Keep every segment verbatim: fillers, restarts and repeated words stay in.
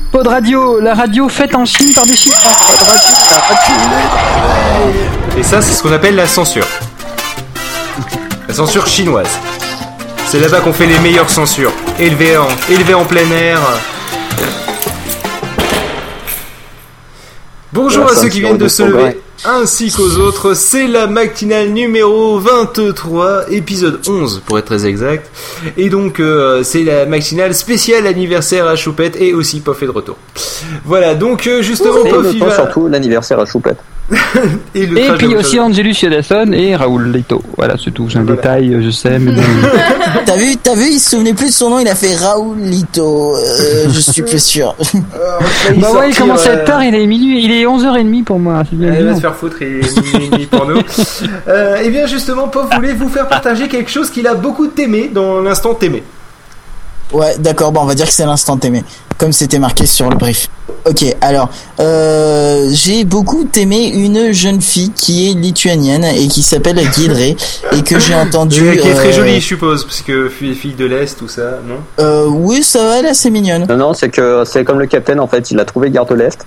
Pod Radio, la radio faite en Chine par des Chinois. Pod Radio, la radio. Et ça, c'est ce qu'on appelle la censure. La censure chinoise. C'est là-bas qu'on fait les meilleures censures. Élevées en, élevées en plein air. Bonjour ouais, à ceux qui viennent de, de se progrès. lever, ainsi qu'aux autres. C'est la matinale numéro vingt-trois, épisode onze pour être très exact. Et donc, euh, c'est la matinale spéciale anniversaire à Choupette et aussi Pof est de retour. Voilà, donc euh, justement, et Pof il va... surtout l'anniversaire à Choupette. et le et puis aussi Angelus Yadason et Raoul Leto. Voilà, c'est tout. C'est un voilà. détail, je sais, mais bon. T'as vu, t'as vu, il se souvenait plus de son nom, il a fait Raoul Leto. Euh, je suis plus sûr. Euh, bah ouais, il commence à être tard, il est minuit, il est onze heures trente pour moi. C'est bien. Il va se faire foutre, il est minuit et demi pour nous. Euh, et bien justement, Pof voulait vous faire partager quelque chose qu'il a beaucoup aimé dans l'instant aimé. Ouais, d'accord, bon, on va dire que c'est l'instant aimé, comme c'était marqué sur le brief. Ok, alors, euh, j'ai beaucoup aimé une jeune fille qui est lituanienne et qui s'appelle Guidré et que j'ai entendu... Et qui est très euh, jolie, je suppose, parce que fille de l'Est, tout ça, non euh, Oui, ça va, elle est assez mignonne. Non, non, c'est que c'est comme le capitaine, en fait, il a trouvé Gare de l'Est.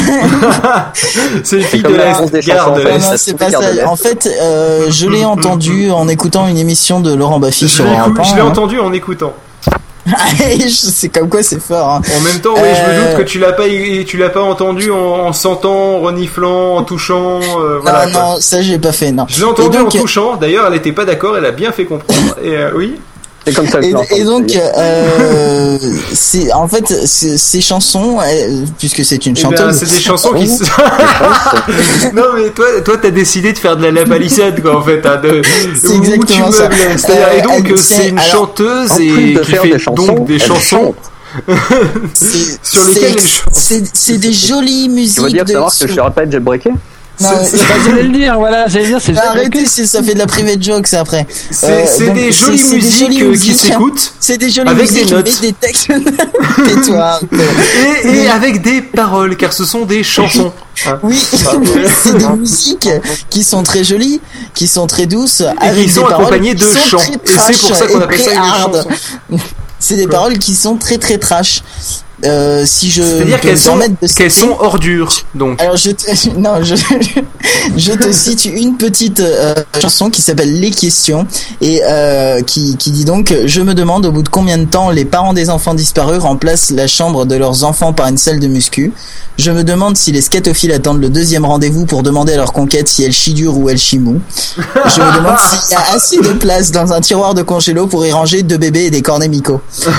C'est une fille de l'Est, Gare de l'Est. Non, non, c'est pas ça. En fait, euh, je l'ai entendu en écoutant une émission de Laurent Baffy sur Europe un. Je l'ai entendu en écoutant. C'est comme quoi c'est fort. Hein. En même temps, oui, euh... je me doute que tu l'as pas, tu l'as pas entendu en, en sentant, en reniflant, en touchant. Euh, voilà, non, quoi. Non, ça j'ai pas fait. Non. Je l'ai entendu donc... en touchant. D'ailleurs, elle était pas d'accord. Elle a bien fait comprendre. Et euh, oui. C'est comme ça que et, je et donc, euh, c'est en fait c'est, ces chansons, elles, puisque c'est une eh chanteuse. Ben, c'est des chansons qui. Se... non mais toi, toi, t'as décidé de faire de la, la palissade quoi en fait. Hein, de... C'est exactement ça. Euh, et donc, c'est une alors, chanteuse et qui fait des chansons, donc des chansons. c'est, sur lesquelles c'est, c'est, c'est des jolies musiques. Tu veux dire de... savoir que je suis pas jailbreaké? Non, c'est, c'est pas j'allais le dire, voilà, j'allais dire, c'est arrêtez, c'est, ça fait de la private joke, ça après. C'est, euh, c'est donc, des jolies c'est, musiques, c'est des jolies musiques qui s'écoutent. C'est des jolies avec musiques des notes. Avec des textes. Tais-toi. et, et avec des paroles, car ce sont des chansons. Hein. Oui, c'est des musiques qui sont très jolies, qui sont très douces, et avec qui sont des accompagnées de chants. Et c'est pour ça qu'on appelle ça une chanson. C'est des paroles qui sont très très trash. Euh, si je C'est-à-dire qu'elles sont, qu'elles sont ordures, donc. Alors je te, non, je, je te cite une petite euh, chanson qui s'appelle Les Questions et euh, qui, qui dit donc: je me demande au bout de combien de temps les parents des enfants disparus remplacent la chambre de leurs enfants par une salle de muscu. Je me demande si les scatophiles attendent le deuxième rendez-vous pour demander à leur conquête si elle chie dur ou elle chie mou. Je me demande s'il y a assez de place dans un tiroir de congélo pour y ranger deux bébés et des cornets Miko.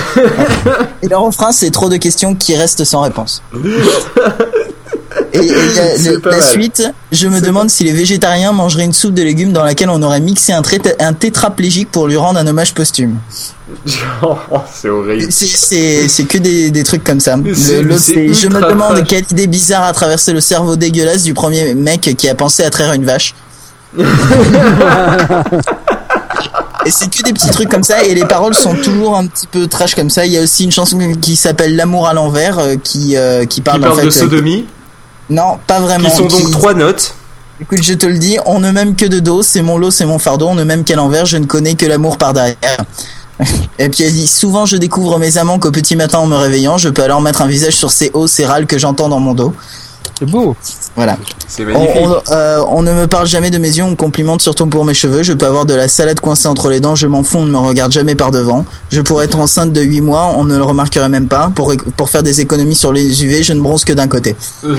Et le refrain, c'est trop de questions qui restent sans réponse. Et, et la, le, la suite, je me demande si les végétariens mangeraient une soupe de légumes dans laquelle on aurait mixé un, tréta- un tétraplégique pour lui rendre un hommage posthume. Oh, c'est horrible. C'est, c'est, c'est que des, des trucs comme ça. C'est, le, c'est je me demande trash. Quelle idée bizarre a traversé le cerveau dégueulasse du premier mec qui a pensé à traire une vache. Et c'est que des petits trucs comme ça, et les paroles sont toujours un petit peu trash comme ça. Il y a aussi une chanson qui s'appelle L'amour à l'envers, euh, qui euh, qui parle, qui parle en fait, de sodomie. Euh, non, pas vraiment. Qui sont donc qui... trois notes. Écoute, je te le dis, on ne m'aime que de dos, c'est mon lot, c'est mon fardeau. On ne m'aime qu'à l'envers, je ne connais que l'amour par derrière. Et puis elle dit: souvent je découvre mes amants qu'au petit matin en me réveillant, je peux alors mettre un visage sur ces hauts, ces râles que j'entends dans mon dos. C'est beau. Voilà. C'est magnifique. On, on, euh, on ne me parle jamais de mes yeux, on me complimente surtout pour mes cheveux. Je peux avoir de la salade coincée entre les dents, je m'en fous, on ne me regarde jamais par devant. Je pourrais être enceinte de huit mois, on ne le remarquerait même pas. Pour, pour faire des économies sur les U V, je ne bronze que d'un côté.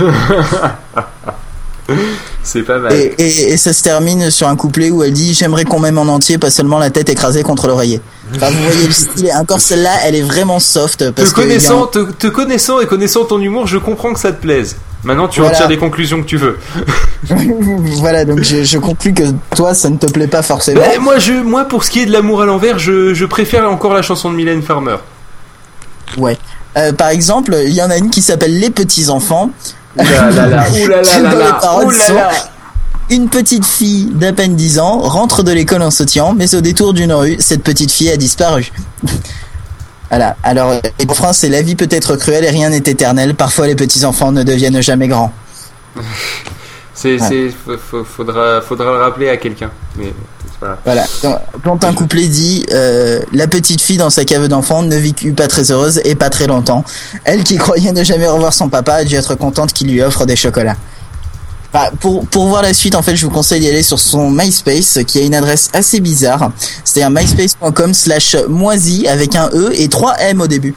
C'est pas mal. Et, et, et ça se termine sur un couplet où elle dit: j'aimerais qu'on m'aime en entier, pas seulement la tête écrasée contre l'oreiller. Enfin, vous voyez le style. Encore celle-là, elle est vraiment soft. Parce te, connaissant, que, te, te connaissant et connaissant ton humour, je comprends que ça te plaise. Maintenant, tu voilà. retires des conclusions que tu veux. Voilà, donc je, je conclus que toi, ça ne te plaît pas forcément. Mais moi, je, moi, pour ce qui est de l'amour à l'envers, je, je préfère encore la chanson de Mylène Farmer. Ouais. Euh, par exemple, il y en a une qui s'appelle Les Petits Enfants. Ouh là là là, ouh là là là là, ouh là là. Une petite fille d'à peine dix ans rentre de l'école en sautillant, mais au détour d'une rue, cette petite fille a disparu. Voilà. Alors, les refrains, c'est: la vie peut être cruelle et rien n'est éternel. Parfois, les petits enfants ne deviennent jamais grands. C'est, ouais. c'est, faudra, faudra le rappeler à quelqu'un. Mais Voilà. Voilà. Donc, quand un couplet dit euh, la petite fille dans sa cave d'enfant ne vécut pas très heureuse et pas très longtemps. Elle qui croyait ne jamais revoir son papa a dû être contente qu'il lui offre des chocolats. Enfin, pour pour voir la suite, en fait, je vous conseille d'y aller sur son MySpace, qui a une adresse assez bizarre. C'est-à-dire myspace point com slash moisi avec un e et trois m au début.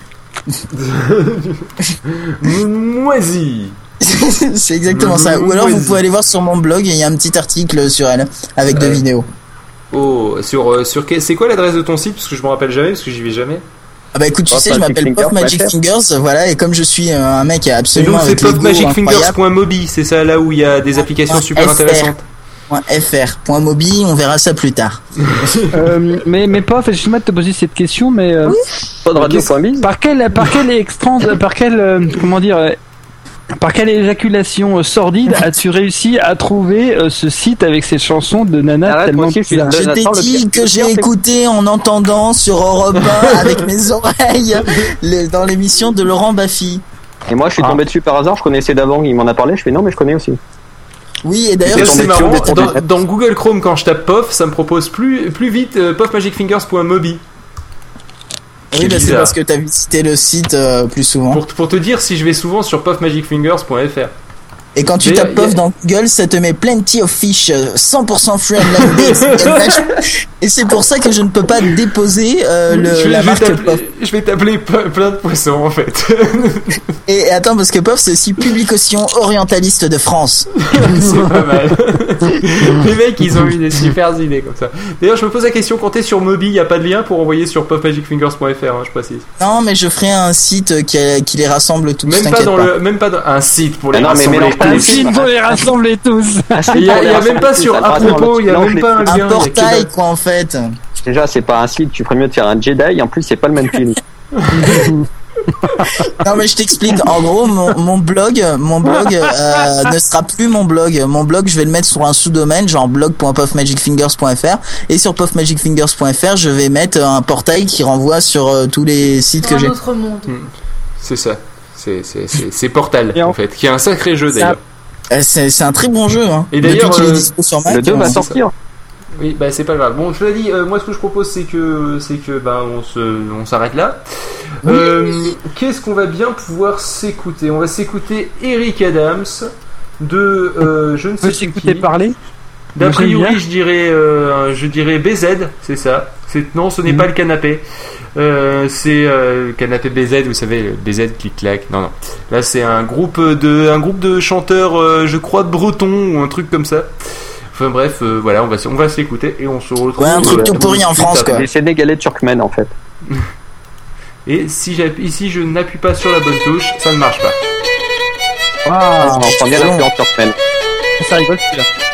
Moisi. C'est exactement ça. Ou alors vous pouvez aller voir sur mon blog, il y a un petit article sur elle avec deux Ouais. vidéos. Oh, sur euh, sur quel- c'est quoi l'adresse de ton site parce que je me rappelle jamais parce que j'y vais jamais. Ah bah écoute, tu Puff sais, je Magic m'appelle Fingers, Puff Magic F R. Fingers, voilà, et comme je suis euh, un mec Et absolument donc c'est avec l'ego puffmagicfingers incroyable, point mobi, c'est ça là où il y a des applications point super F R. intéressantes. point .fr, point .mobi, on verra ça plus tard. Euh, mais mais pas, excuse-moi de te poser cette question, mais euh, Pod radio point biz. par quel par quel extran, par quel euh, comment dire, euh, par quelle éjaculation euh, sordide as-tu réussi à trouver euh, ce site avec cette chanson de Nana Arrête, tellement moi aussi, je suis bizarre. là. Je t'ai attends, le dit pire- que le j'ai pire, c'est- écouté en entendant sur Europe un avec mes oreilles le- dans l'émission de Laurent Baffy. Et moi, je suis Ah. tombé dessus par hasard, je connaissais d'avant, il m'en a parlé, je fais non, mais je connais aussi. Oui, et Et d'ailleurs, ça, je c'est suis marrant, tombé dans, dessus. dans Google Chrome quand je tape Puff, ça me propose plus plus vite euh, puffmagicfingers point mobi. Oui, C'est bah, c'est bizarre. parce que t'as visité le site euh, plus souvent. Pour, pour te dire si je vais souvent sur puffmagicfingers point f r. Et quand tu D'ailleurs, tapes Puff y a- dans Google, ça te met plenty of fish, euh, cent pour cent free and language. Et c'est pour ça que je ne peux pas déposer euh, le, je, vais, la je vais marque Puff. t'appeler- je vais t'appeler pe- plein de poissons en fait. Et attends, parce que Puff, c'est aussi Publication Orientaliste de France. C'est pas mal. Les mecs, ils ont eu des super idées comme ça. D'ailleurs, je me pose la question, quand t'es sur Mobi, y a pas de lien pour envoyer sur puffmagicfingers point f r, hein, je précise. Non, mais je ferai un site qui, a- qui les rassemble tous. Même pas t'inquiète dans le, même pas dans un site pour les Ah non, mais rassembler mélange pas tous. les Un site pour les rassembler tous. Il y a, il y a même pas sur à propos, il y a même pas un lien. Un il y a que portail, dalle. quoi, en fait. Déjà, c'est pas un site, tu ferais mieux de faire un Jedi, en plus, c'est pas le même film. Non, mais je t'explique. En gros, mon, mon blog, mon blog euh, ne sera plus mon blog. Mon blog, je vais le mettre sur un sous-domaine, genre blog point puffmagicfingers point f r. Et sur puffmagicfingers point f r, je vais mettre un portail qui renvoie sur euh, tous les sites Dans que j'ai. un autre monde. C'est ça. C'est c'est c'est c'est Portal Et en- en fait, qui est un sacré jeu Ça- d'ailleurs. Euh, C'est c'est un très bon jeu. Hein. Et Depuis d'ailleurs, qu'il est euh, dispo sur Mac. Le deux on- va c'est sortir. Oui, bah c'est pas grave. Bon, je l'ai dit, euh, moi ce que je propose c'est que c'est que bah on se on s'arrête là. Euh, Qu'est-ce qu'on va bien pouvoir s'écouter? On va s'écouter Eric Adams de euh, je ne On sais peut plus s'écouter qui. parler. D'a Moi, j'aime priori, bien. je dirais euh, je dirais B Z, c'est ça. C'est non, ce n'est Mhm. pas le canapé. Euh, c'est euh, le canapé B Z, vous savez, le B Z clic clac. Non non. Là, c'est un groupe de un groupe de chanteurs, euh, je crois bretons ou un truc comme ça. Enfin bref, euh, voilà, on va se- on va s'écouter et on se retrouve. Ouais, un truc euh, tout pourri en tout France, après. quoi. Des Sénégalais turkmènes, en fait. Et si j'appuie, si je n'appuie pas sur la bonne touche, ça ne marche pas. Ah, En première influence turkmène. ça rigole celui-là.